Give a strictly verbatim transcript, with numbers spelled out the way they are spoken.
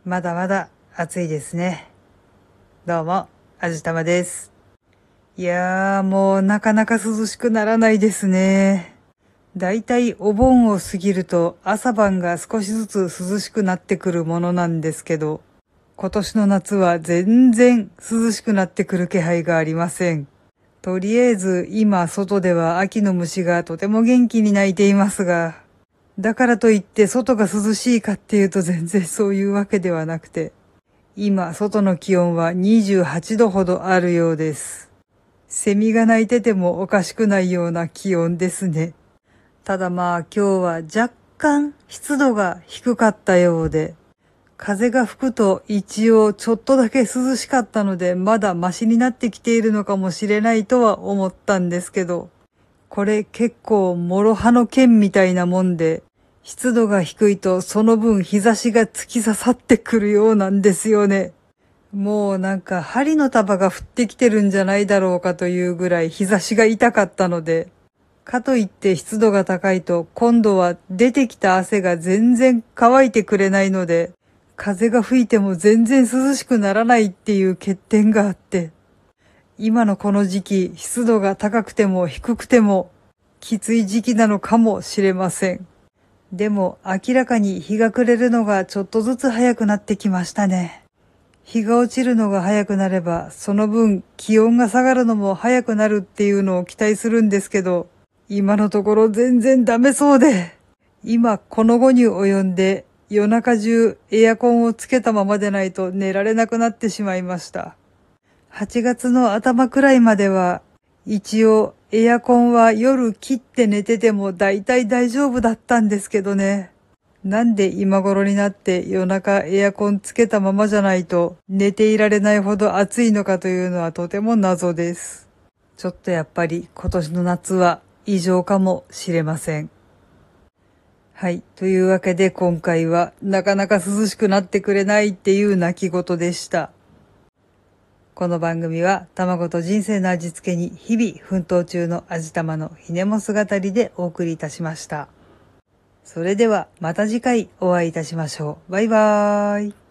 まだまだ暑いですね。どうも、あじたまです。いやー、もうなかなか涼しくならないですね。だいたいお盆を過ぎると朝晩が少しずつ涼しくなってくるものなんですけど、今年の夏は全然涼しくなってくる気配がありません。とりあえず今外では秋の虫がとても元気に鳴いていますが、だからといって外が涼しいかっていうと全然そういうわけではなくて、今外の気温はにじゅうはちどほどあるようです。セミが鳴いててもおかしくないような気温ですね。ただまあ今日は若干湿度が低かったようで、風が吹くと一応ちょっとだけ涼しかったのでまだマシになってきているのかもしれないとは思ったんですけど、これ結構諸刃の剣みたいなもんで、湿度が低いとその分日差しが突き刺さってくるようなんですよね。もうなんか針の束が降ってきてるんじゃないだろうかというぐらい日差しが痛かったので、かといって湿度が高いと今度は出てきた汗が全然乾いてくれないので、風が吹いても全然涼しくならないっていう欠点があって、今のこの時期湿度が高くても低くてもきつい時期なのかもしれません。でも明らかに日が暮れるのがちょっとずつ早くなってきましたね。日が落ちるのが早くなれば、その分気温が下がるのも早くなるっていうのを期待するんですけど、今のところ全然ダメそうで、今この後に及んで夜中中エアコンをつけたままでないと寝られなくなってしまいました。はちがつの頭くらいまでは、一応エアコンは夜切って寝てても大体大丈夫だったんですけどね。なんで今頃になって夜中エアコンつけたままじゃないと寝ていられないほど暑いのかというのはとても謎です。ちょっとやっぱり今年の夏は異常かもしれません。はい。というわけで今回はなかなか涼しくなってくれないっていう泣き言でした。この番組は卵と人生の味付けに日々奮闘中の味玉のひねも姿りでお送りいたしました。それではまた次回お会いいたしましょう。バイバーイ。